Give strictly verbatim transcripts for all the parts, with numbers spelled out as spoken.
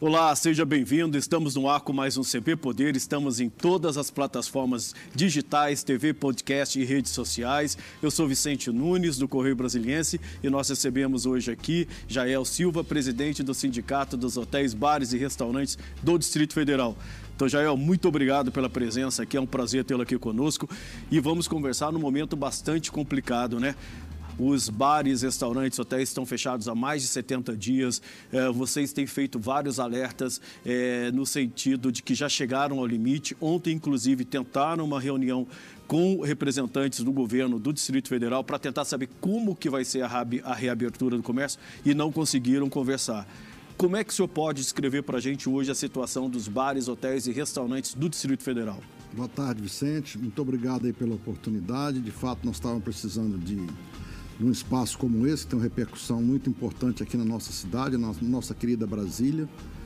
Olá, seja bem-vindo. Estamos no ar com mais um C B Poder. Estamos em todas as plataformas digitais, T V, podcast e redes sociais. Eu sou Vicente Nunes, do Correio Brasiliense, e nós recebemos hoje aqui Jael Silva, presidente do Sindicato dos Hotéis, Bares e Restaurantes do Distrito Federal. Então, Jael, muito obrigado pela presença aqui. É um prazer tê-lo aqui conosco. E vamos conversar num momento bastante complicado, né? Os bares, restaurantes, hotéis estão fechados há mais de setenta dias. É, vocês têm feito vários alertas é, no sentido de que já chegaram ao limite. Ontem, inclusive, tentaram uma reunião com representantes do governo do Distrito Federal para tentar saber como que vai ser a reabertura do comércio e não conseguiram conversar. Como é que o senhor pode descrever para a gente hoje a situação dos bares, hotéis e restaurantes do Distrito Federal? Boa tarde, Vicente. Muito obrigado aí pela oportunidade. De fato, nós estávamos precisando de num espaço como esse, que tem uma repercussão muito importante aqui na nossa cidade, na nossa querida Brasília.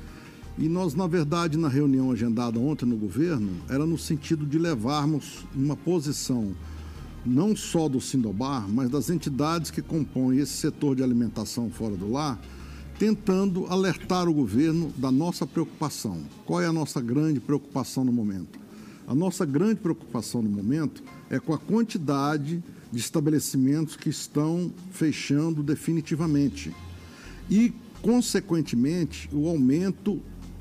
E nós, na verdade, na reunião agendada ontem no governo, era no sentido de levarmos uma posição não só do Sindobar, mas das entidades que compõem esse setor de alimentação fora do lar, tentando alertar o governo da nossa preocupação. Qual é a nossa grande preocupação no momento? A nossa grande preocupação no momento é com a quantidade de estabelecimentos que estão fechando definitivamente e, consequentemente, o aumento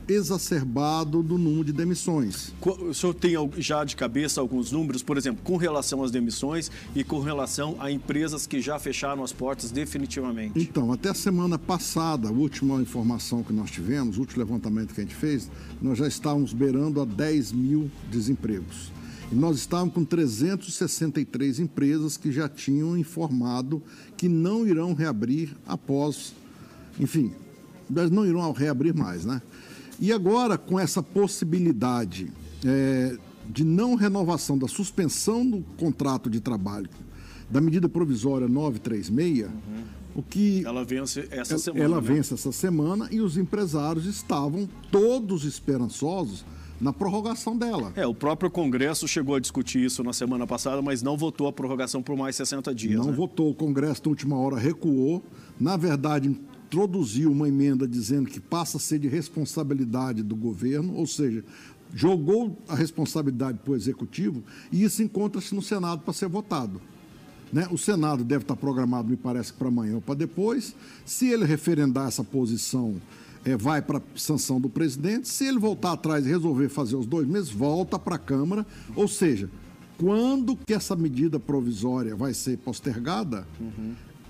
exacerbado do número de demissões. O senhor tem já de cabeça alguns números, por exemplo, com relação às demissões e com relação a empresas que já fecharam as portas definitivamente? Então, até a semana passada, a última informação que nós tivemos, o último levantamento que a gente fez, nós já estávamos beirando a dez mil desempregos. E nós estávamos com trezentas e sessenta e três empresas que já tinham informado que não irão reabrir após, enfim, elas não irão reabrir mais, né? E agora, com essa possibilidade é, de não renovação, da suspensão do contrato de trabalho, da medida provisória novecentos e trinta e seis, uhum. o que... Ela vence essa ela, semana. Ela né? vence essa semana e os empresários estavam todos esperançosos na prorrogação dela. É, o próprio Congresso chegou a discutir isso na semana passada, mas não votou a prorrogação por mais sessenta dias. Não né? votou, o Congresso na última hora recuou, na verdade introduziu uma emenda dizendo que passa a ser de responsabilidade do governo, ou seja, jogou a responsabilidade para o Executivo e isso encontra-se no Senado para ser votado. Né? O Senado deve estar programado, me parece, para amanhã ou para depois. Se ele referendar essa posição, É, vai para a sanção do presidente. Se ele voltar atrás e resolver fazer os dois meses, volta para a Câmara. Ou seja, quando que essa medida provisória vai ser postergada, uhum.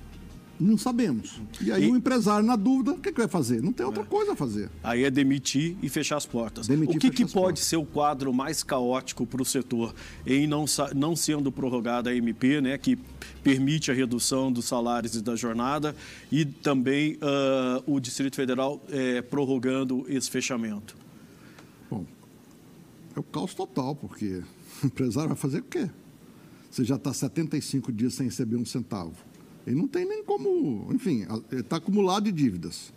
não sabemos. E aí e... o empresário, na dúvida, o que, que vai fazer? Não tem outra é. coisa a fazer. Aí é demitir e fechar as portas. Demitir o que, que pode portas. ser o quadro mais caótico para o setor em não, não sendo prorrogada a M P, né, que permite a redução dos salários e da jornada, e também uh, o Distrito Federal eh, prorrogando esse fechamento? Bom, é o caos total, porque o empresário vai fazer o quê? Você já está setenta e cinco dias sem receber um centavo. Ele não tem nem como, enfim, ele está acumulado de dívidas.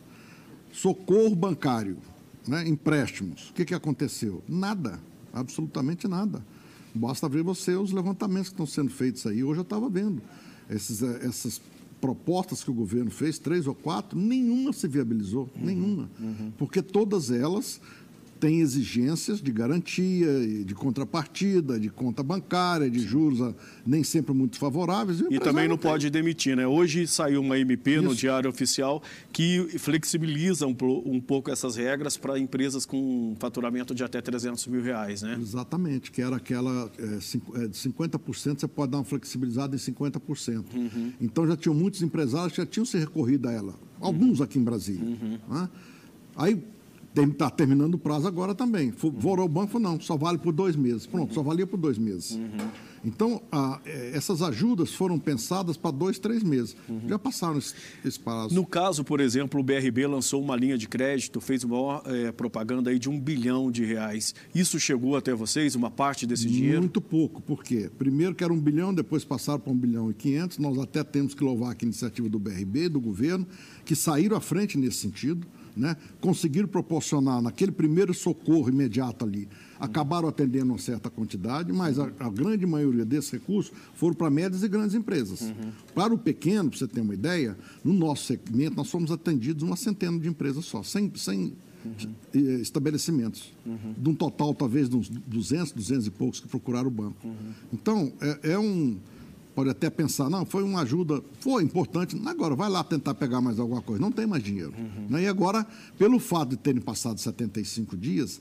Socorro bancário, né? Empréstimos. O que, que aconteceu? Nada, absolutamente nada. Basta ver você os levantamentos que estão sendo feitos aí. Hoje eu estava vendo esses, essas propostas que o governo fez, três ou quatro, nenhuma se viabilizou, uhum, nenhuma. Uhum. Porque todas elas têm exigências de garantia, de contrapartida, de conta bancária, de juros nem sempre muito favoráveis. E, e também não tem. Pode demitir, né? Hoje saiu uma M P Isso. no Diário Oficial que flexibiliza um, um pouco essas regras para empresas com faturamento de até trezentos mil reais, né? Exatamente, que era aquela é, de cinquenta por cento, você pode dar uma flexibilizada em cinquenta por cento. Uhum. Então já tinham muitos empresários que já tinham se recorrido a ela, alguns aqui em Brasília. Uhum. Né? Aí está terminando o prazo agora também. Vorou o banco, não, só vale por dois meses. Pronto, só valia por dois meses. Uhum. Então, a, essas ajudas foram pensadas para dois, três meses. Uhum. Já passaram esse, esse prazo. No caso, por exemplo, o B R B lançou uma linha de crédito, fez uma é, propaganda aí de um bilhão de reais. Isso chegou até vocês, uma parte desse dinheiro? Muito pouco. Por quê? Primeiro que era um bilhão, depois passaram para um bilhão e quinhentos. Nós até temos que louvar aqui a iniciativa do B R B, do governo, que saíram à frente nesse sentido. Né? Conseguiram proporcionar, naquele primeiro socorro imediato ali, acabaram atendendo uma certa quantidade, mas a, a grande maioria desses recursos foram para médias e grandes empresas. Uhum. Para o pequeno, para você ter uma ideia, no nosso segmento, nós fomos atendidos uma centena de empresas só, sem, sem uhum. estabelecimentos, uhum. de um total talvez de uns duzentos, duzentos e poucos que procuraram o banco. Uhum. Então, é, é um... Pode até pensar, não, foi uma ajuda, foi importante, agora vai lá tentar pegar mais alguma coisa, não tem mais dinheiro. Uhum. Né? E agora, pelo fato de terem passado setenta e cinco dias,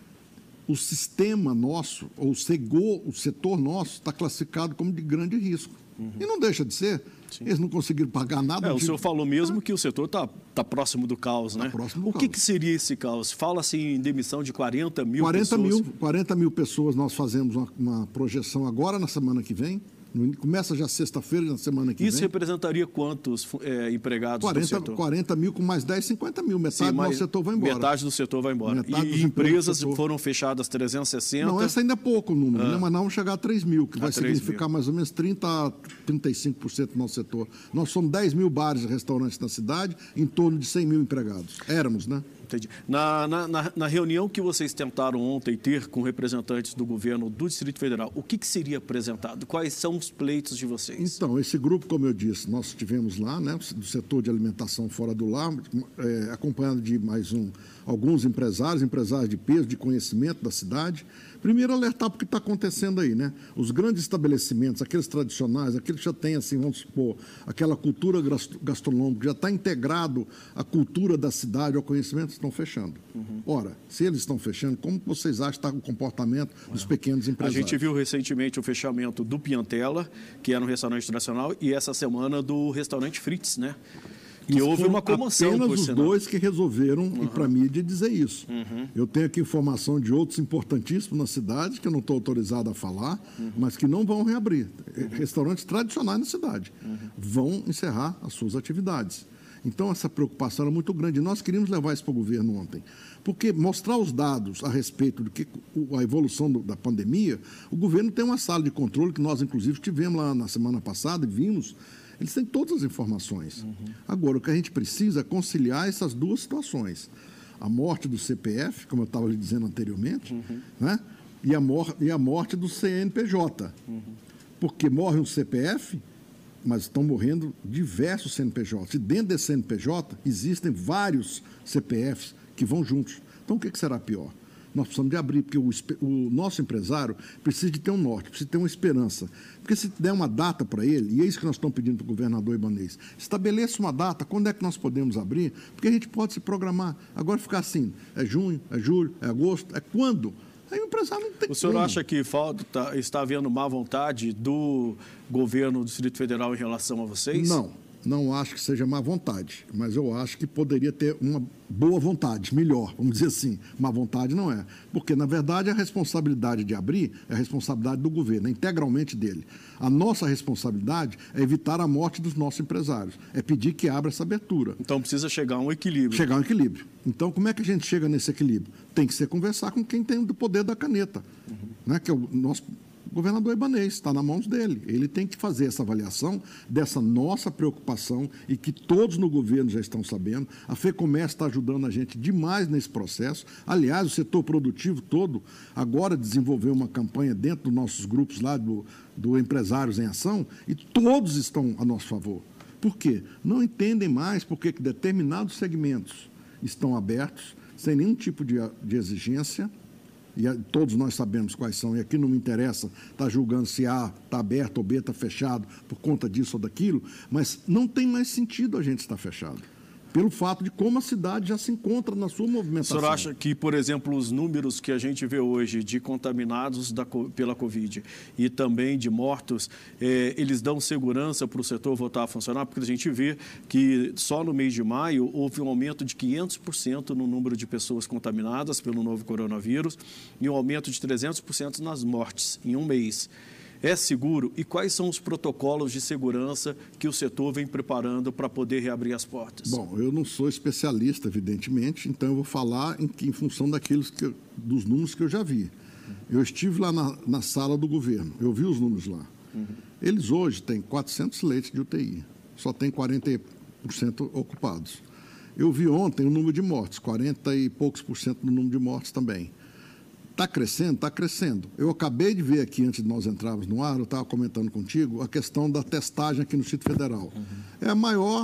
o sistema nosso, ou o segor, o setor nosso, está classificado como de grande risco. Uhum. E não deixa de ser. Sim. Eles não conseguiram pagar nada. É, o de... senhor falou mesmo ah. que o setor está tá próximo do caos, né? Tá próximo do o caos. que, que seria esse caos? Fala-se em demissão de quarenta mil quarenta pessoas. Mil, quarenta mil pessoas nós fazemos uma, uma projeção agora na semana que vem. Começa já sexta-feira, na semana que Isso vem. Isso representaria quantos é, empregados quarenta, do setor? quarenta mil com mais dez, cinquenta mil. Metade Sim, do nosso setor vai embora. Metade do setor vai embora. Metade e empresas foram fechadas trezentos e sessenta? Não, essa ainda é pouco o número, ah. né? Mas não vamos chegar a três mil, que a vai significar mil. mais ou menos trinta a trinta e cinco por cento do nosso setor. Nós somos dez mil bares e restaurantes na cidade, em torno de cem mil empregados. Éramos, né? Entendi. Na, na, na reunião que vocês tentaram ontem ter com representantes do governo do Distrito Federal, o que, que seria apresentado? Quais são os pleitos de vocês? Então, esse grupo, como eu disse, nós tivemos lá, né, do setor de alimentação fora do lar, é, acompanhado de mais um, alguns empresários, empresários de peso, de conhecimento da cidade. Primeiro, alertar para o que está acontecendo aí, né? Os grandes estabelecimentos, aqueles tradicionais, aqueles que já têm, assim, vamos supor, aquela cultura gastronômica, que já está integrado à cultura da cidade, ao conhecimento, estão fechando. Uhum. Ora, se eles estão fechando, como vocês acham que está o comportamento dos pequenos empresários? A gente viu recentemente o fechamento do Piantella, que era um restaurante nacional, e essa semana do restaurante Fritz, né? Que isso houve uma comoção, apenas por os sinal. dois que resolveram Uhum. ir para a mídia dizer isso. Uhum. Eu tenho aqui informação de outros importantíssimos na cidade, que eu não estou autorizado a falar, uhum. mas que não vão reabrir. Uhum. Restaurantes tradicionais na cidade uhum. vão encerrar as suas atividades. Então, essa preocupação era muito grande. E nós queríamos levar isso para o governo ontem. Porque mostrar os dados a respeito do que a evolução do, da pandemia, o governo tem uma sala de controle que nós, inclusive, tivemos lá na semana passada e vimos. Eles têm todas as informações. Uhum. Agora, o que a gente precisa é conciliar essas duas situações. A morte do C P F, como eu estava lhe dizendo anteriormente, uhum. né? e, a mor e a morte do C N P J. Uhum. Porque morre um C P F, mas estão morrendo diversos C N P Js. E dentro desse C N P J existem vários C P Fs que vão juntos. Então, o que, que será pior? Nós precisamos de abrir, porque o, o nosso empresário precisa de ter um norte, precisa ter uma esperança. Porque se der uma data para ele, e é isso que nós estamos pedindo para o governador Ibanez, estabeleça uma data, quando é que nós podemos abrir, porque a gente pode se programar. Agora ficar assim, é junho, é julho, é agosto, é quando? Aí o empresário não tem. O senhor como. acha que falta, está havendo má vontade do governo do Distrito Federal em relação a vocês? Não. Não acho que seja má vontade, mas eu acho que poderia ter uma boa vontade, melhor, vamos dizer assim. Má vontade não é. Porque, na verdade, a responsabilidade de abrir é a responsabilidade do governo, é integralmente dele. A nossa responsabilidade é evitar a morte dos nossos empresários, é pedir que abra essa abertura. Então, precisa chegar a um equilíbrio. Chegar a um equilíbrio. Então, como é que a gente chega nesse equilíbrio? Tem que ser conversar com quem tem o poder da caneta, uhum. né? Que é o nosso... O governador Ibanez, está na mãos dele. Ele tem que fazer essa avaliação dessa nossa preocupação e que todos no governo já estão sabendo. A FEComércio está ajudando a gente demais nesse processo. Aliás, o setor produtivo todo agora desenvolveu uma campanha dentro dos nossos grupos lá do, do Empresários em Ação e todos estão a nosso favor. Por quê? Não entendem mais por que determinados segmentos estão abertos, sem nenhum tipo de, de exigência. E todos nós sabemos quais são, e aqui não me interessa estar julgando se A está aberto ou B está fechado por conta disso ou daquilo, mas não tem mais sentido a gente estar fechado, pelo fato de como a cidade já se encontra na sua movimentação. O senhor acha que, por exemplo, os números que a gente vê hoje de contaminados da, pela Covid e também de mortos, eh, eles dão segurança para o setor voltar a funcionar? Porque a gente vê que só no mês de maio houve um aumento de quinhentos por cento no número de pessoas contaminadas pelo novo coronavírus e um aumento de trezentos por cento nas mortes em um mês. É seguro? E quais são os protocolos de segurança que o setor vem preparando para poder reabrir as portas? Bom, eu não sou especialista, evidentemente, então eu vou falar em, em função daqueles que eu, dos números que eu já vi. Eu estive lá na, na sala do governo, eu vi os números lá. Uhum. Eles hoje têm quatrocentos leitos de U T I, só tem quarenta por cento ocupados. Eu vi ontem o número de mortes, quarenta e poucos por cento do número de mortes também. Está crescendo? Está crescendo. Eu acabei de ver aqui, antes de nós entrarmos no ar, eu estava comentando contigo, a questão da testagem aqui no Distrito Federal. Uhum. É a maior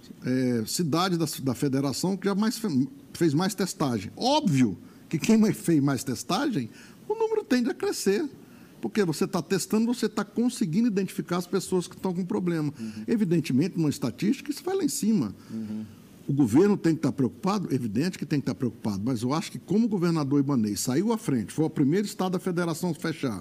é, cidade da, da federação que já mais, fez mais testagem. Óbvio que quem mais fez mais testagem, o número tende a crescer. Porque você está testando, você está conseguindo identificar as pessoas que estão com problema. Uhum. Evidentemente, numa estatística, isso vai lá em cima. Uhum. O governo tem que estar preocupado? Evidente que tem que estar preocupado, mas eu acho que como o governador Ibanez saiu à frente, foi o primeiro estado da federação a fechar,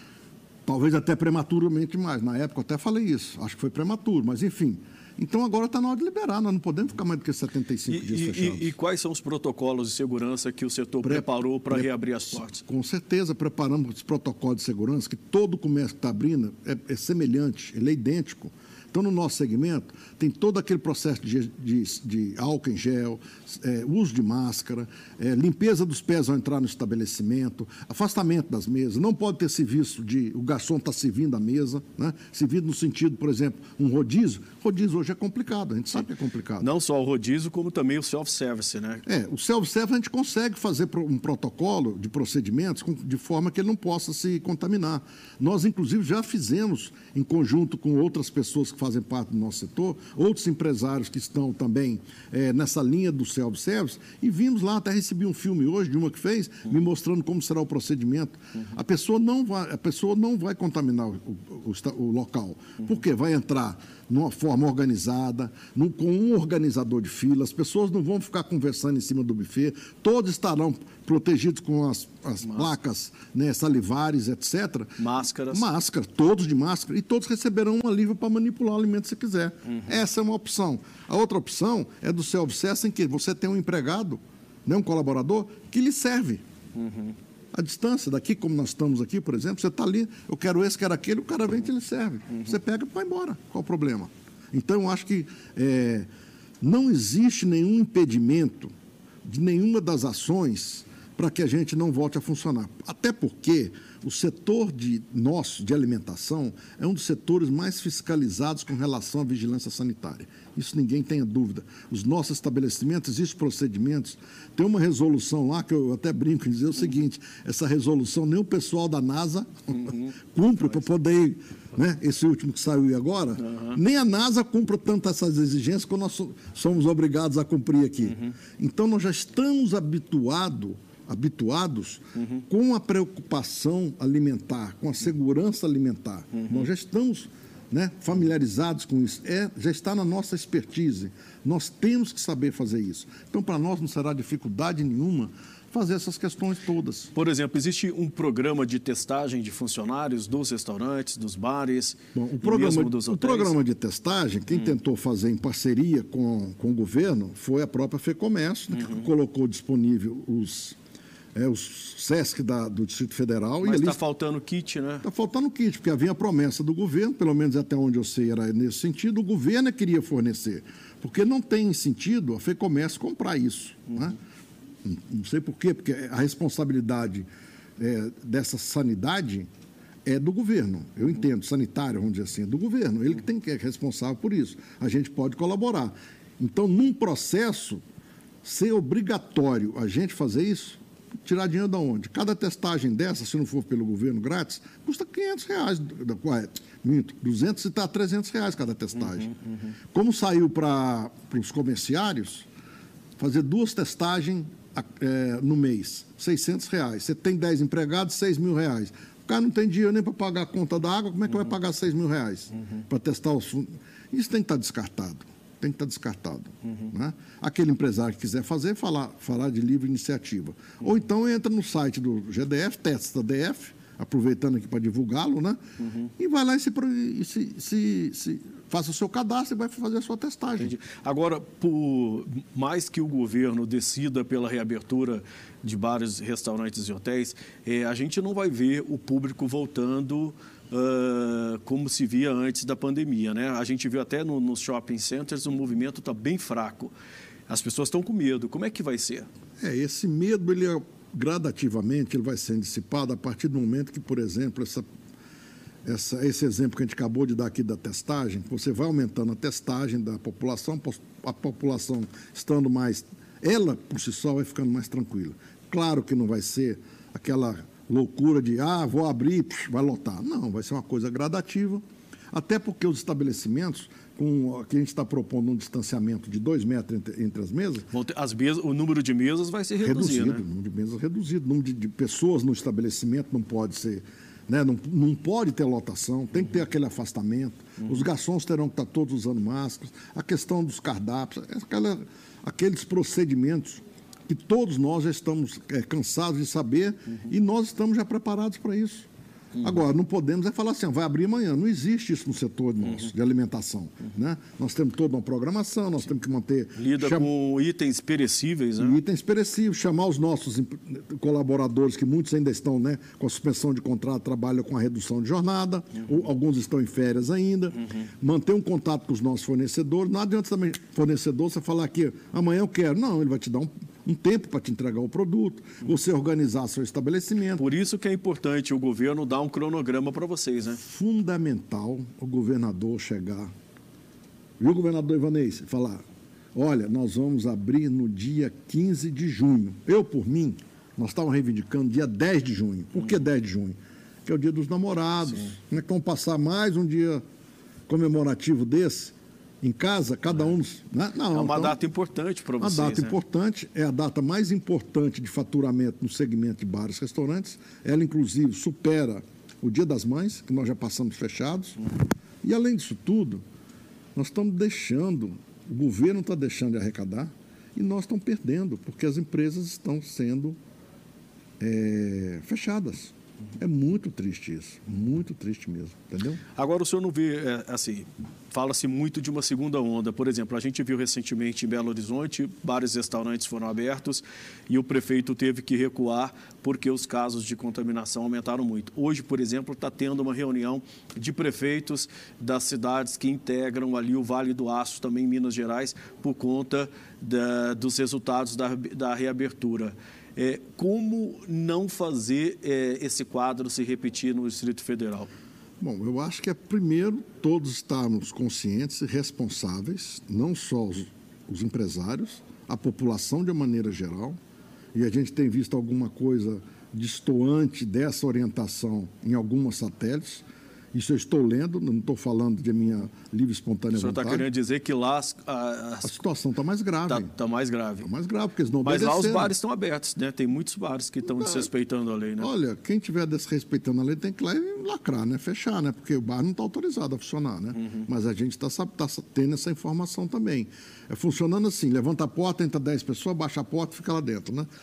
talvez até prematuramente mais, na época eu até falei isso, acho que foi prematuro, mas enfim. Então agora está na hora de liberar, nós não podemos ficar mais do que setenta e cinco e, dias e, fechados. E, e quais são os protocolos de segurança que o setor Pre preparou para pre reabrir as portas? Com certeza, preparamos os protocolos de segurança, que todo comércio que está abrindo é, é semelhante, ele é idêntico. Então, no nosso segmento, tem todo aquele processo de, de, de álcool em gel, é, uso de máscara, é, limpeza dos pés ao entrar no estabelecimento, afastamento das mesas. Não pode ter serviço de o garçom estar tá servindo a mesa, né? Servindo no sentido, por exemplo, um rodízio. Rodízio hoje é complicado, a gente sabe que é complicado. Não só o rodízio, como também o self-service, né? É, o self-service a gente consegue fazer um protocolo de procedimentos de forma que ele não possa se contaminar. Nós, inclusive, já fizemos, em conjunto com outras pessoas que fazem parte do nosso setor, outros empresários que estão também é, nessa linha do self-service, e vimos lá, até recebi um filme hoje de uma que fez, me mostrando como será o procedimento. Uhum. A pessoa não vai, a pessoa não vai contaminar o, o, o local. Uhum. Por quê? Vai entrar numa forma organizada, num, com um organizador de fila, as pessoas não vão ficar conversando em cima do buffet, todos estarão protegidos com as, as placas, né, salivares, etcétera. Máscaras. Máscara, todos de máscara, e todos receberão um alívio para manipular o alimento se quiser. Uhum. Essa é uma opção. A outra opção é do self-service, em que você tem um empregado, né, um colaborador, que lhe serve. Uhum. A distância daqui, como nós estamos aqui, por exemplo, você está ali, eu quero esse, quero aquele, o cara vem e ele serve. Uhum. Você pega e vai embora. Qual o problema? Então, eu acho que é, não existe nenhum impedimento de nenhuma das ações para que a gente não volte a funcionar. Até porque o setor de nosso, de alimentação, é um dos setores mais fiscalizados com relação à vigilância sanitária. Isso ninguém tenha dúvida. Os nossos estabelecimentos, existem procedimentos. Tem uma resolução lá, que eu até brinco em dizer o seguinte, essa resolução nem o pessoal da NASA uhum. cumpre para poder, né, esse último que saiu agora, uhum. nem a NASA cumpre tanto essas exigências que nós somos obrigados a cumprir aqui. Uhum. Então, nós já estamos habituados habituados uhum. com a preocupação alimentar, com a segurança alimentar. Uhum. Nós já estamos, né, familiarizados com isso. É, já está na nossa expertise. Nós temos que saber fazer isso. Então, para nós não será dificuldade nenhuma fazer essas questões todas. Por exemplo, existe um programa de testagem de funcionários dos restaurantes, dos bares, Bom, o programa, mesmo dos hotéis? O programa de testagem, quem hum. tentou fazer em parceria com, com o governo foi a própria FEComércio, uhum. que colocou disponível os... É, o SESC da, do Distrito Federal. Mas está faltando kit, né? Está faltando kit, porque havia a promessa do governo, pelo menos até onde eu sei era nesse sentido, o governo queria fornecer. Porque não tem sentido a FEComércio comprar isso. Uhum. Né? Não sei por quê, porque a responsabilidade é, dessa sanidade é do governo. Eu entendo, sanitário, vamos dizer assim, é do governo. Ele que tem que é responsável por isso. A gente pode colaborar. Então, num processo, ser obrigatório a gente fazer isso, tirar dinheiro de onde? Cada testagem dessa, se não for pelo governo grátis, custa quinhentos reais, minto, duzentos e está trezentos reais cada testagem. Uhum, uhum. Como saiu para os comerciários, fazer duas testagens é, no mês, seiscentos reais. Você tem dez empregados, seis mil reais. O cara não tem dinheiro nem para pagar a conta da água, como é que uhum. vai pagar seis mil reais uhum. para testar os fundos? Isso tem que estar descartado. Tem que estar descartado. Uhum. Né? Aquele empresário que quiser fazer, falar, falar de livre iniciativa. Uhum. Ou então entra no site do G D F, testa D F, aproveitando aqui para divulgá-lo, né? Uhum. E vai lá e, se, e se, se, se faça o seu cadastro e vai fazer a sua testagem. Entendi. Agora, por mais que o governo decida pela reabertura de bares, restaurantes e hotéis, é, a gente não vai ver o público voltando Uh, como se via antes da pandemia, né? A gente viu até no, nos shopping centers, o movimento está bem fraco. As pessoas estão com medo. Como é que vai ser? É, esse medo, ele é, gradativamente, ele vai sendo dissipado a partir do momento que, por exemplo, essa, essa, esse exemplo que a gente acabou de dar aqui da testagem, você vai aumentando a testagem da população, a população estando mais... Ela, por si só, vai ficando mais tranquila. Claro que não vai ser aquela... loucura de, ah, vou abrir, vai lotar. Não, vai ser uma coisa gradativa. Até porque os estabelecimentos, com o que a gente está propondo um distanciamento de dois metros entre, entre as mesas... Vão ter, as mesas, o número de mesas vai ser reduzido, reduzido, né? O número de mesas reduzido, o número de, de pessoas no estabelecimento não pode ser... Né? Não, não pode ter lotação, tem que ter aquele afastamento. Uhum. Os garçons terão que estar todos usando máscaras. A questão dos cardápios, aquela, aqueles procedimentos que todos nós já estamos é, cansados de saber uhum. e nós estamos já preparados para isso. Uhum. Agora, não podemos é falar assim, vai abrir amanhã. Não existe isso no setor nosso, uhum. de alimentação. Uhum. Né? Nós temos toda uma programação, nós Sim. temos que manter... Lida cham... com itens perecíveis, né? Itens perecíveis, chamar os nossos colaboradores, que muitos ainda estão, né, com a suspensão de contrato, trabalham com a redução de jornada, uhum. ou, alguns estão em férias ainda, uhum. manter um contato com os nossos fornecedores. Não adianta também, fornecedor, você falar aqui, amanhã eu quero. Não, ele vai te dar um... um tempo para te entregar o produto, você organizar seu estabelecimento. Por isso que é importante o governo dar um cronograma para vocês, né? Fundamental o governador chegar, viu, governador Ivanês, falar, olha, nós vamos abrir no dia quinze de junho. Eu, por mim, nós estávamos reivindicando dia dez de junho. Por que dez de junho? Que é o dia dos namorados. Como é que vão passar mais um dia comemorativo desse? Em casa, cada um... Né? Não, é uma então, data importante para vocês. Uma data né? importante, é a data mais importante de faturamento no segmento de bares e restaurantes. Ela, inclusive, supera o Dia das Mães, que nós já passamos fechados. Uhum. E, além disso tudo, nós estamos deixando, o governo está deixando de arrecadar e nós estamos perdendo, porque as empresas estão sendo é, fechadas. É muito triste isso, muito triste mesmo, entendeu? Agora, o senhor não vê, é, assim, fala-se muito de uma segunda onda. Por exemplo, a gente viu recentemente em Belo Horizonte, bares e restaurantes foram abertos e o prefeito teve que recuar porque os casos de contaminação aumentaram muito. Hoje, por exemplo, está tendo uma reunião de prefeitos das cidades que integram ali o Vale do Aço, também em Minas Gerais, por conta da, dos resultados da, da reabertura. É, como não fazer é, esse quadro se repetir no Distrito Federal? Bom, eu acho que é primeiro todos estarmos conscientes e responsáveis, não só os, os empresários, a população de uma maneira geral, e a gente tem visto alguma coisa destoante dessa orientação em algumas satélites. Isso eu estou lendo, não estou falando de minha livre e espontânea vontade. O senhor está querendo dizer que lá... As, as... A situação está mais grave. Está tá mais grave. Está mais grave, porque eles não Mas obedeceram. lá os bares estão abertos, né? Tem muitos bares que estão desrespeitando a lei, né? Olha, quem estiver desrespeitando a lei tem que ir lá e lacrar, né? Fechar, né? Porque o bar não está autorizado a funcionar, né? Uhum. Mas a gente está tá tendo essa informação também. É funcionando assim, levanta a porta, entra dez pessoas, baixa a porta e fica lá dentro, né?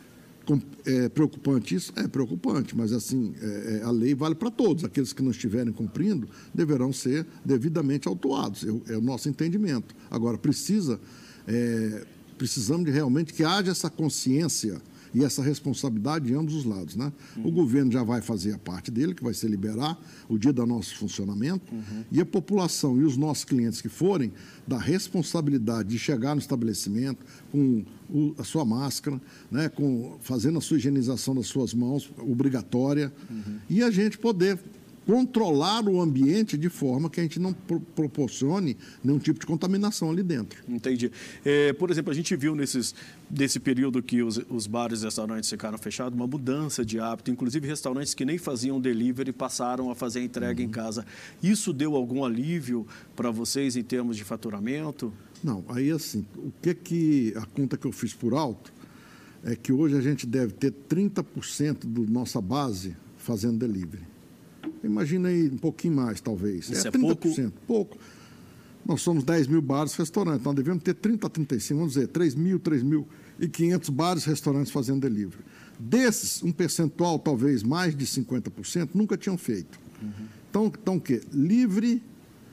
É preocupante isso? É preocupante, mas assim, é, a lei vale para todos. Aqueles que não estiverem cumprindo deverão ser devidamente autuados, é, é o nosso entendimento. Agora, precisa, é, precisamos de realmente que haja essa consciência e essa responsabilidade de ambos os lados, né? Uhum. O governo já vai fazer a parte dele, que vai ser liberar o dia do nosso funcionamento, uhum. e a população e os nossos clientes que forem, da responsabilidade de chegar no estabelecimento com o, a sua máscara, né? Com, fazendo a sua higienização das suas mãos, obrigatória, uhum. e a gente poder controlar o ambiente de forma que a gente não pro proporcione nenhum tipo de contaminação ali dentro. Entendi. É, por exemplo, a gente viu nesses, nesse período que os, os bares e restaurantes ficaram fechados, uma mudança de hábito, inclusive restaurantes que nem faziam delivery passaram a fazer a entrega uhum. em casa. Isso deu algum alívio para vocês em termos de faturamento? Não, aí assim, o que que a conta que eu fiz por alto é que hoje a gente deve ter trinta por cento da nossa base fazendo delivery. Imagina aí um pouquinho mais, talvez. Isso é, é trinta por cento, pouco? pouco. Nós somos dez mil bares e restaurantes, nós devemos ter trinta a trinta e cinco, vamos dizer, três mil, três mil e quinhentos bares e restaurantes fazendo delivery. Desses, um percentual, talvez mais de cinquenta por cento, nunca tinham feito. Uhum. Então, então, o quê? Livre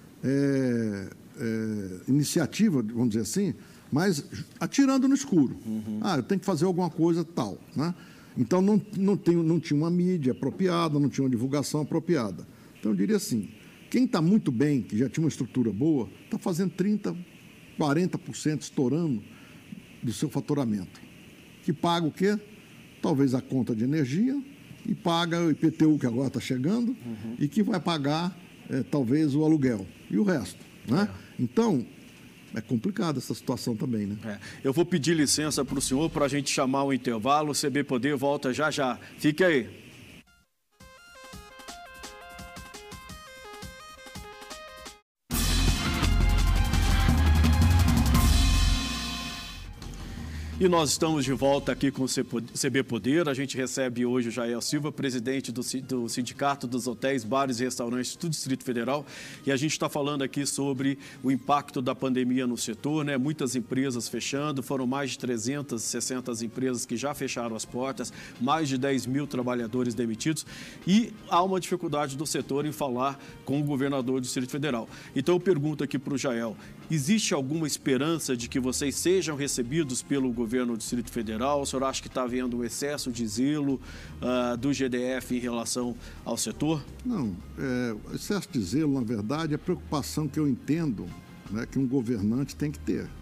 é, é, iniciativa, vamos dizer assim, mas atirando no escuro. Uhum. Ah, eu tenho que fazer alguma coisa tal, né? Então, não, não, tem, não tinha uma mídia apropriada, não tinha uma divulgação apropriada. Então, eu diria assim, quem está muito bem, que já tinha uma estrutura boa, está fazendo trinta por cento, quarenta por cento estourando do seu faturamento. Que paga o quê? Talvez a conta de energia e paga o I P T U, que agora está chegando, uhum. e que vai pagar, é, talvez, o aluguel. E o resto, né? É. Então... é complicada essa situação também, né? É. Eu vou pedir licença para o senhor para a gente chamar o intervalo. O C B Poder volta já já. Fique aí. E nós estamos de volta aqui com o C B Poder. A gente recebe hoje o Jael Silva, presidente do, do Sindicato dos Hotéis, Bares e Restaurantes do Distrito Federal. E a gente está falando aqui sobre o impacto da pandemia no setor, né? Muitas empresas fechando, foram mais de trezentas e sessenta empresas que já fecharam as portas, mais de dez mil trabalhadores demitidos. E há uma dificuldade do setor em falar com o governador do Distrito Federal. Então eu pergunto aqui para o Jael, existe alguma esperança de que vocês sejam recebidos pelo governo governo do Distrito Federal? O senhor acha que está havendo um excesso de zelo uh, do G D F em relação ao setor? Não, é, excesso de zelo, na verdade, é a preocupação que eu entendo, né, que um governante tem que ter.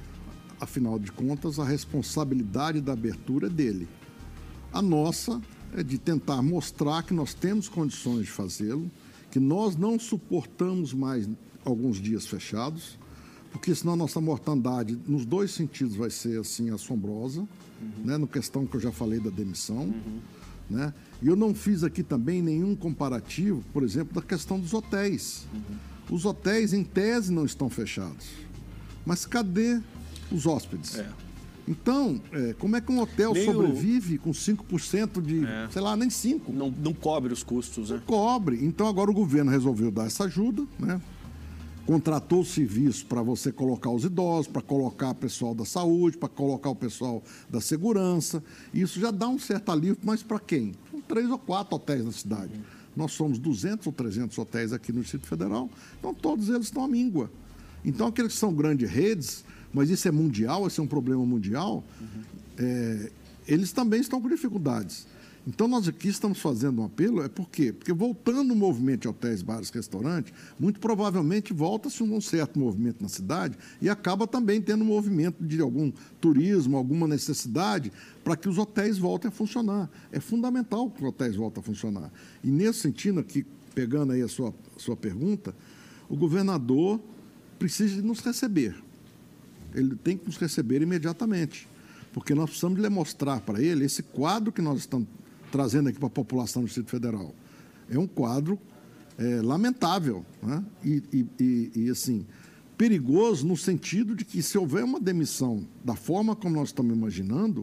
Afinal de contas, a responsabilidade da abertura é dele. A nossa é de tentar mostrar que nós temos condições de fazê-lo, que nós não suportamos mais alguns dias fechados, porque senão a nossa mortandade, nos dois sentidos, vai ser assim assombrosa, uhum. né, no questão que eu já falei da demissão. Uhum. Né? E eu não fiz aqui também nenhum comparativo, por exemplo, da questão dos hotéis. Uhum. Os hotéis, em tese, não estão fechados. Mas cadê os hóspedes? É. Então, é, como é que um hotel nem sobrevive o... com cinco por cento de, é. sei lá, nem cinco por cento? Não, não cobre os custos, né? Não cobre. Então, agora o governo resolveu dar essa ajuda, né? Contratou o serviço para você colocar os idosos, para colocar o pessoal da saúde, para colocar o pessoal da segurança. Isso já dá um certo alívio, mas para quem? São três ou quatro hotéis na cidade. Uhum. Nós somos duzentos ou trezentos hotéis aqui no Distrito Federal, então todos eles estão à míngua. Então, aqueles que são grandes redes, mas isso é mundial, esse é um problema mundial, uhum. é, eles também estão com dificuldades. Então, nós aqui estamos fazendo um apelo, é por quê? Porque voltando o movimento de hotéis, bares, restaurantes, muito provavelmente volta-se um certo movimento na cidade e acaba também tendo um movimento de algum turismo, alguma necessidade para que os hotéis voltem a funcionar. É fundamental que os hotéis voltem a funcionar. E nesse sentido aqui, pegando aí a sua, a sua pergunta, o governador precisa de nos receber. Ele tem que nos receber imediatamente, porque nós precisamos de mostrar para ele esse quadro que nós estamos trazendo aqui para a população do Distrito Federal. É um quadro é, lamentável, né? e, e, e, e, assim, perigoso no sentido de que, se houver uma demissão da forma como nós estamos imaginando,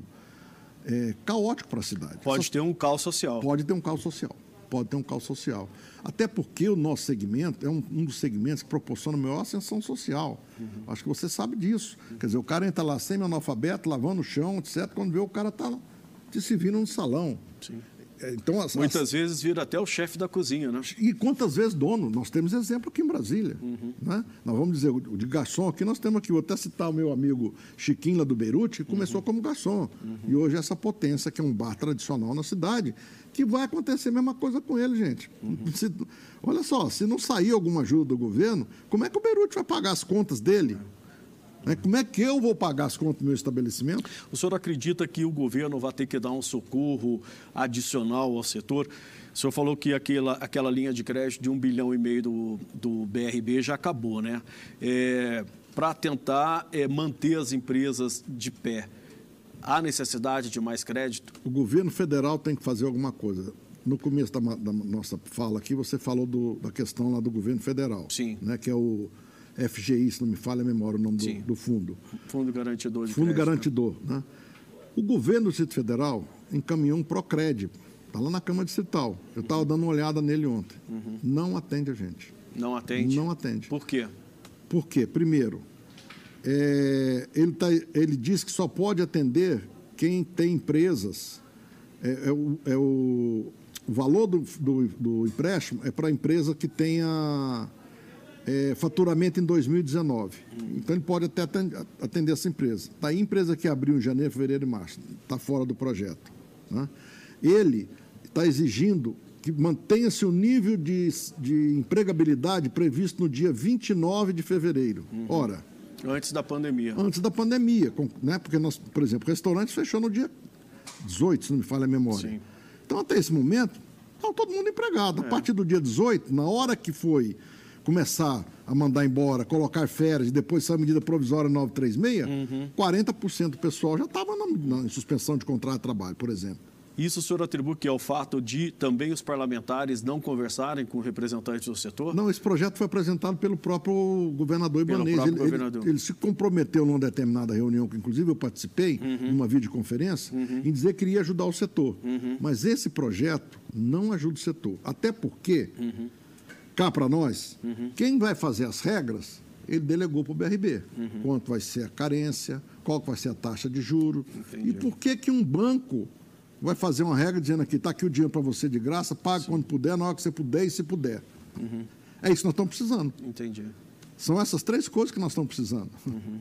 é caótico para a cidade. Pode Só, ter um caos social. Pode ter um caos social. Pode ter um caos social. Até porque o nosso segmento é um, um dos segmentos que proporciona maior ascensão social. Uhum. Acho que você sabe disso. Uhum. Quer dizer, o cara entra lá semi-analfabeto, lavando o chão, etcétera. Quando vê, o cara está se vindo no salão. Sim. Então, as, Muitas as... vezes vira até o chefe da cozinha, né? E quantas vezes dono? Nós temos exemplo aqui em Brasília. Uhum. Né? Nós vamos dizer, o de garçom aqui, nós temos aqui, vou até citar o meu amigo Chiquinho lá do Beirute, que começou uhum. como garçom. Uhum. E hoje essa potência, que é um bar tradicional na cidade, que vai acontecer a mesma coisa com ele, gente. Uhum. Se, olha só, se não sair alguma ajuda do governo, como é que o Beirute vai pagar as contas dele? É. Como é que eu vou pagar as contas do meu estabelecimento? O senhor acredita que o governo vai ter que dar um socorro adicional ao setor? O senhor falou que aquela, aquela linha de crédito de um bilhão e meio do, do B R B já acabou, né? É, para tentar é, manter as empresas de pé, há necessidade de mais crédito? O governo federal tem que fazer alguma coisa. No começo da, da nossa fala aqui, você falou do, da questão lá do governo federal. Sim. Né, que é o F G I, se não me falha a memória o nome do, do fundo. Fundo Garantidor de Fundo Crédito. Garantidor. Né? O governo do Distrito Federal encaminhou um Procred, está lá na Câmara Distrital. Eu estava uhum. dando uma olhada nele ontem. Uhum. Não atende a gente. Não atende? Não atende. Por quê? Por quê? Primeiro, é, ele, tá, ele diz que só pode atender quem tem empresas. É, é, o, é o, o valor do, do, do empréstimo é para a empresa que tenha... É, faturamento em dois mil e dezenove. Então, ele pode até atender essa empresa. Está aí a empresa que abriu em janeiro, fevereiro e março. Está fora do projeto. Né? Ele está exigindo que mantenha-se o nível de, de empregabilidade previsto no dia vinte e nove de fevereiro. Uhum. Ora... Antes da pandemia. Antes da pandemia. Né? Porque, nós, por exemplo, o restaurante fechou no dia dezoito, se não me falha a memória. Sim. Então, até esse momento, está todo mundo empregado. É. A partir do dia dezoito, na hora que foi... começar a mandar embora, colocar férias e depois essa medida provisória novecentos e trinta e seis, uhum. quarenta por cento do pessoal já estava em suspensão de contrato de trabalho, por exemplo. Isso o senhor atribui que é o fato de também os parlamentares não conversarem com representantes do setor? Não, esse projeto foi apresentado pelo próprio governador Ibanez. Ele, governador. Ele, ele se comprometeu numa determinada reunião, que inclusive eu participei, uhum. numa videoconferência, uhum. em dizer que iria ajudar o setor. Uhum. Mas esse projeto não ajuda o setor. Até porque, uhum. cá para nós, uhum. quem vai fazer as regras, ele delegou para o B R B. Uhum. Quanto vai ser a carência, qual vai ser a taxa de juros. Entendi. E por que que um banco vai fazer uma regra dizendo aqui, está aqui o dinheiro para você de graça, pague Sim. quando puder, na hora que você puder e se puder. Uhum. É isso que nós estamos precisando. Entendi. São essas três coisas que nós estamos precisando. Uhum.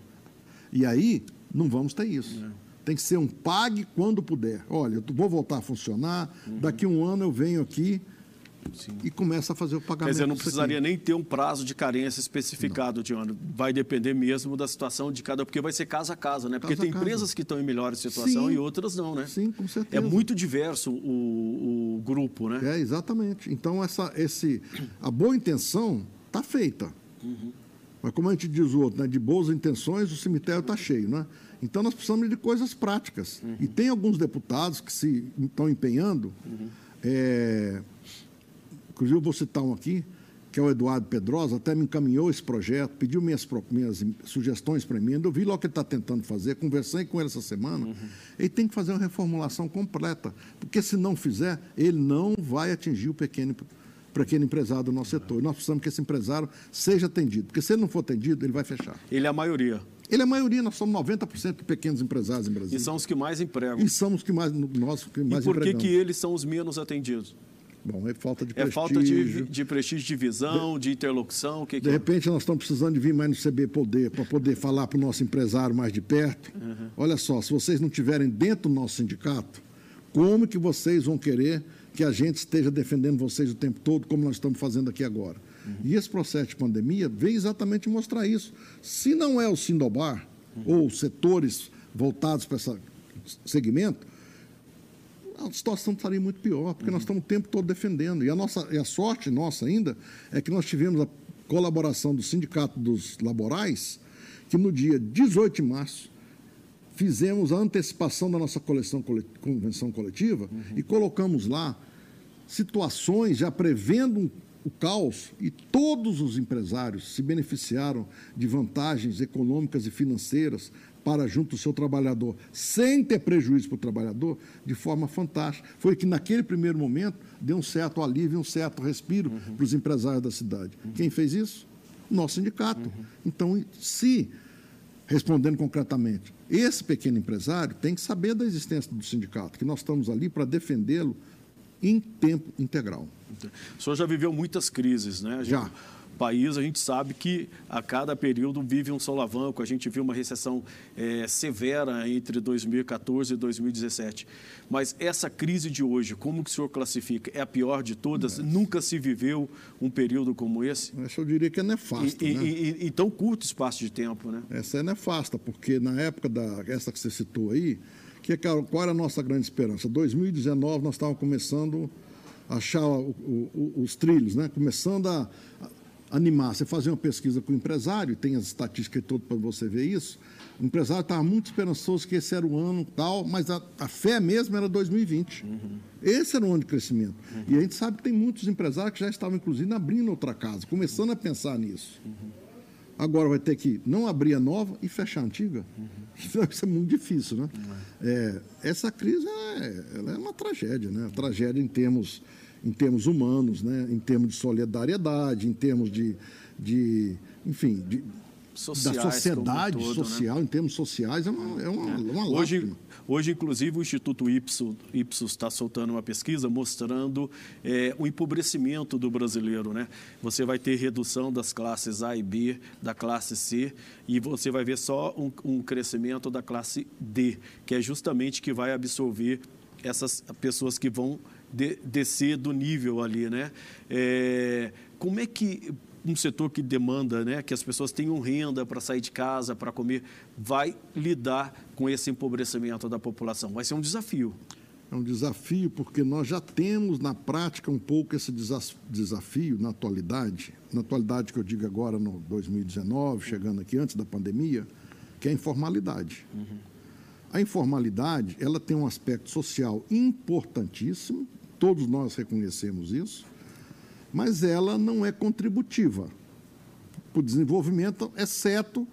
E aí, não vamos ter isso. Uhum. Tem que ser um pague quando puder. Olha, eu vou voltar a funcionar, uhum. daqui a um ano eu venho aqui Sim. e começa a fazer o pagamento. Quer dizer, não precisaria nem ter um prazo de carência especificado, Dione. Vai depender mesmo da situação de cada... Porque vai ser caso a caso, né? Porque caso tem empresas que estão em melhor situação Sim. e outras não, né? Sim, com certeza. É muito diverso o, o grupo, né? É, exatamente. Então, essa, esse, a boa intenção está feita. Uhum. Mas como a gente diz o outro, né? De boas intenções, o cemitério está cheio, né? Então, nós precisamos de coisas práticas. Uhum. E tem alguns deputados que se estão empenhando... Uhum. É, inclusive, eu vou citar um aqui, que é o Eduardo Pedrosa, até me encaminhou esse projeto, pediu minhas, minhas sugestões para mim, eu vi logo o que ele está tentando fazer, conversei com ele essa semana, uhum. ele tem que fazer uma reformulação completa, porque se não fizer, ele não vai atingir o pequeno, pequeno empresário do nosso setor. E nós precisamos que esse empresário seja atendido, porque se ele não for atendido, ele vai fechar. Ele é a maioria. Ele é a maioria, nós somos noventa por cento de pequenos empresários em Brasília. E são os que mais empregam. E são os que mais, nós que mais E por que, empregamos. que eles são os menos atendidos? Bom, é falta de é prestígio. É falta de, de prestígio, de visão, de, de interlocução? O que de que repente, é? nós estamos precisando de vir mais no C B Poder para poder falar para o nosso empresário mais de perto. Uhum. Olha só, se vocês não estiverem dentro do nosso sindicato, como que vocês vão querer que a gente esteja defendendo vocês o tempo todo, como nós estamos fazendo aqui agora? Uhum. E esse processo de pandemia veio exatamente mostrar isso. Se não é o Sindobar, uhum. ou setores voltados para esse segmento, a situação estaria muito pior, porque uhum. nós estamos o tempo todo defendendo. E a, nossa, e a sorte nossa ainda é que nós tivemos a colaboração do Sindicato dos Laborais, que no dia dezoito de março fizemos a antecipação da nossa coleção, convenção coletiva uhum. e colocamos lá situações já prevendo o caos, e todos os empresários se beneficiaram de vantagens econômicas e financeiras para junto do seu trabalhador, sem ter prejuízo para o trabalhador, de forma fantástica. Foi que, naquele primeiro momento, deu um certo alívio, um certo respiro uhum. para os empresários da cidade. Uhum. Quem fez isso? Nosso sindicato. Uhum. Então, se, respondendo concretamente, esse pequeno empresário tem que saber da existência do sindicato, que nós estamos ali para defendê-lo em tempo integral. O senhor já viveu muitas crises, né? Gente... Já. País, a gente sabe que a cada período vive um solavanco. A gente viu uma recessão é, severa entre dois mil e quatorze e dois mil e dezessete. Mas essa crise de hoje, como que o senhor classifica? É a pior de todas? É. Nunca se viveu um período como esse? Essa eu diria que é nefasta, e, né? E, e, e tão curto espaço de tempo, né? Essa é nefasta, porque na época da essa que você citou aí, que, qual era a nossa grande esperança? dois mil e dezenove nós estávamos começando a achar o, o, os trilhos, né? Começando a animar, você fazer uma pesquisa com o empresário, tem as estatísticas todas para você ver isso, o empresário estava muito esperançoso que esse era o ano tal, mas a, a fé mesmo era dois mil e vinte. Uhum. Esse era o ano de crescimento. Uhum. E a gente sabe que tem muitos empresários que já estavam, inclusive, abrindo outra casa, começando a pensar nisso. Uhum. Agora vai ter que não abrir a nova e fechar a antiga. Uhum. Isso é muito difícil, né? Uhum. É, essa crise é, ela é uma tragédia, né? Tragédia em termos... em termos humanos, né? Em termos de solidariedade, em termos de, de enfim, de, sociais, da sociedade todo, social, né? Em termos sociais, é uma, é uma, é. uma hoje, lástima. Hoje, inclusive, o Instituto Ipsos está soltando uma pesquisa mostrando é, o empobrecimento do brasileiro, né? Você vai ter redução das classes A e B, da classe C, e você vai ver só um, um crescimento da classe D, que é justamente que vai absorver essas pessoas que vão de, descer do nível ali, né? É, como é que um setor que demanda, né, que as pessoas tenham renda para sair de casa, para comer, vai lidar com esse empobrecimento da população? Vai ser um desafio. É um desafio porque nós já temos na prática um pouco esse desafio na atualidade, na atualidade que eu digo agora no dois mil e dezenove, chegando aqui antes da pandemia, que é a informalidade. Uhum. A informalidade, ela tem um aspecto social importantíssimo, todos nós reconhecemos isso, mas ela não é contributiva para o desenvolvimento, exceto,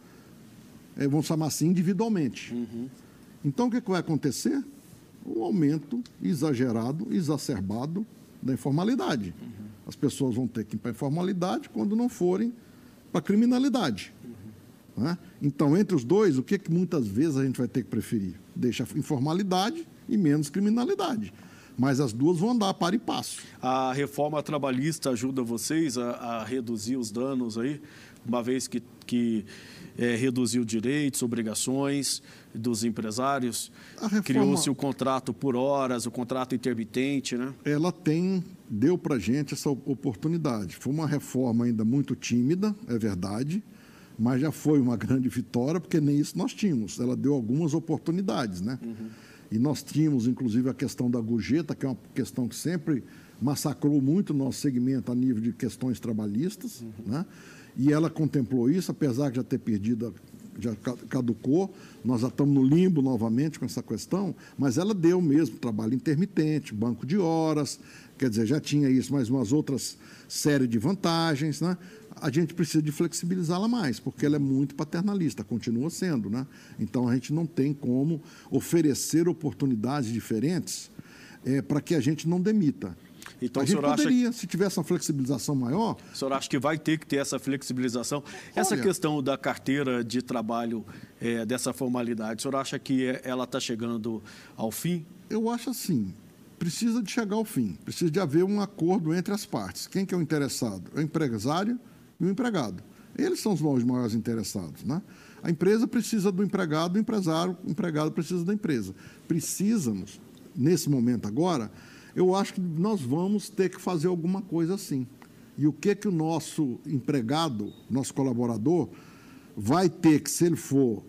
é, vamos chamar assim, individualmente. Uhum. Então, o que, que vai acontecer? Um aumento exagerado, exacerbado da informalidade. Uhum. As pessoas vão ter que ir para a informalidade quando não forem para a criminalidade. Uhum. Né? Então, entre os dois, o que, que muitas vezes a gente vai ter que preferir? Deixa a informalidade e menos criminalidade. Mas as duas vão andar para e passo. A reforma trabalhista ajuda vocês a, a reduzir os danos aí, uma vez que, que é, reduziu direitos, obrigações dos empresários, reforma... criou-se o contrato por horas, o contrato intermitente, né? Ela tem, deu para a gente essa oportunidade. Foi uma reforma ainda muito tímida, é verdade, mas já foi uma grande vitória, porque nem isso nós tínhamos. Ela deu algumas oportunidades, né? Uhum. E nós tínhamos, inclusive, a questão da gorjeta, que é uma questão que sempre massacrou muito o nosso segmento a nível de questões trabalhistas, uhum. né? E ela contemplou isso, apesar de já ter perdido, já caducou, nós já estamos no limbo novamente com essa questão, mas ela deu mesmo trabalho intermitente, banco de horas, quer dizer, já tinha isso, mais umas outras série de vantagens, né? A gente precisa de flexibilizá-la mais, porque ela é muito paternalista, continua sendo, né? Então, a gente não tem como oferecer oportunidades diferentes é, para que a gente não demita. Então, a gente poderia, acha... se tivesse uma flexibilização maior... O senhor acha que vai ter que ter essa flexibilização? Olha, essa questão da carteira de trabalho, é, dessa formalidade, o senhor acha que ela está chegando ao fim? Eu acho assim, precisa de chegar ao fim, precisa de haver um acordo entre as partes. Quem que é o interessado? É o empresário e o empregado. Eles são os maiores interessados, né? A empresa precisa do empregado, o empresário, o empregado precisa da empresa. Precisamos, nesse momento agora... Eu acho que nós vamos ter que fazer alguma coisa assim. E o que que o nosso empregado, nosso colaborador, vai ter que, se ele for,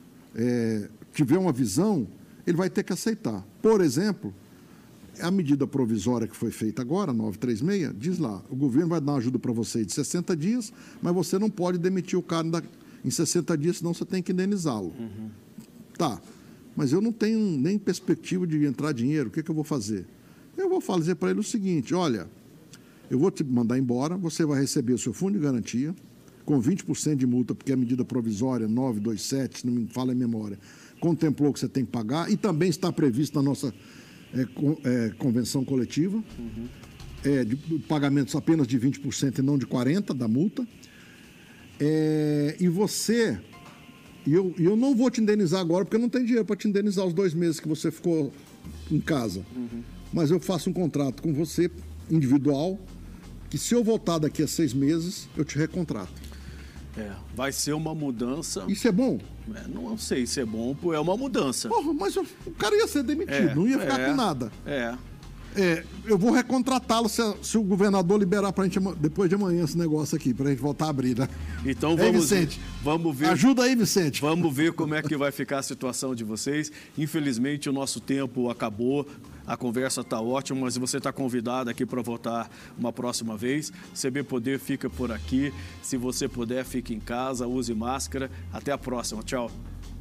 é, tiver uma visão, ele vai ter que aceitar. Por exemplo, a medida provisória que foi feita agora, novecentos e trinta e seis, diz lá, o governo vai dar uma ajuda para você de sessenta dias, mas você não pode demitir o cara em sessenta dias, senão você tem que indenizá-lo. Uhum. Tá, mas eu não tenho nem perspectiva de entrar dinheiro, o que que eu vou fazer? Eu vou fazer para ele o seguinte, olha, eu vou te mandar embora, você vai receber o seu fundo de garantia, com vinte por cento de multa, porque a medida provisória novecentos e vinte e sete, se não me fala em memória, contemplou que você tem que pagar, e também está previsto na nossa é, con, é, convenção coletiva, uhum. é, de pagamentos apenas de vinte por cento e não de quarenta por cento da multa, é, e você... E eu, eu não vou te indenizar agora, porque eu não tenho dinheiro para te indenizar os dois meses que você ficou em casa. Uhum. Mas eu faço um contrato com você, individual, que se eu voltar daqui a seis meses, eu te recontrato. É, vai ser uma mudança... Isso é bom? É, não sei se é bom, é uma mudança. Porra, mas o cara ia ser demitido, é, não ia ficar é, com nada. É. É, eu vou recontratá-lo se, se o governador liberar para a gente depois de amanhã esse negócio aqui, para a gente voltar a abrir, né? Então vamos, Ei, Vicente, vamos ver. Ajuda aí, Vicente. Vamos ver como é que vai ficar a situação de vocês. Infelizmente, o nosso tempo acabou. A conversa está ótima, mas você está convidado aqui para voltar uma próxima vez. C B Poder fica por aqui. Se você puder, fique em casa, use máscara. Até a próxima. Tchau.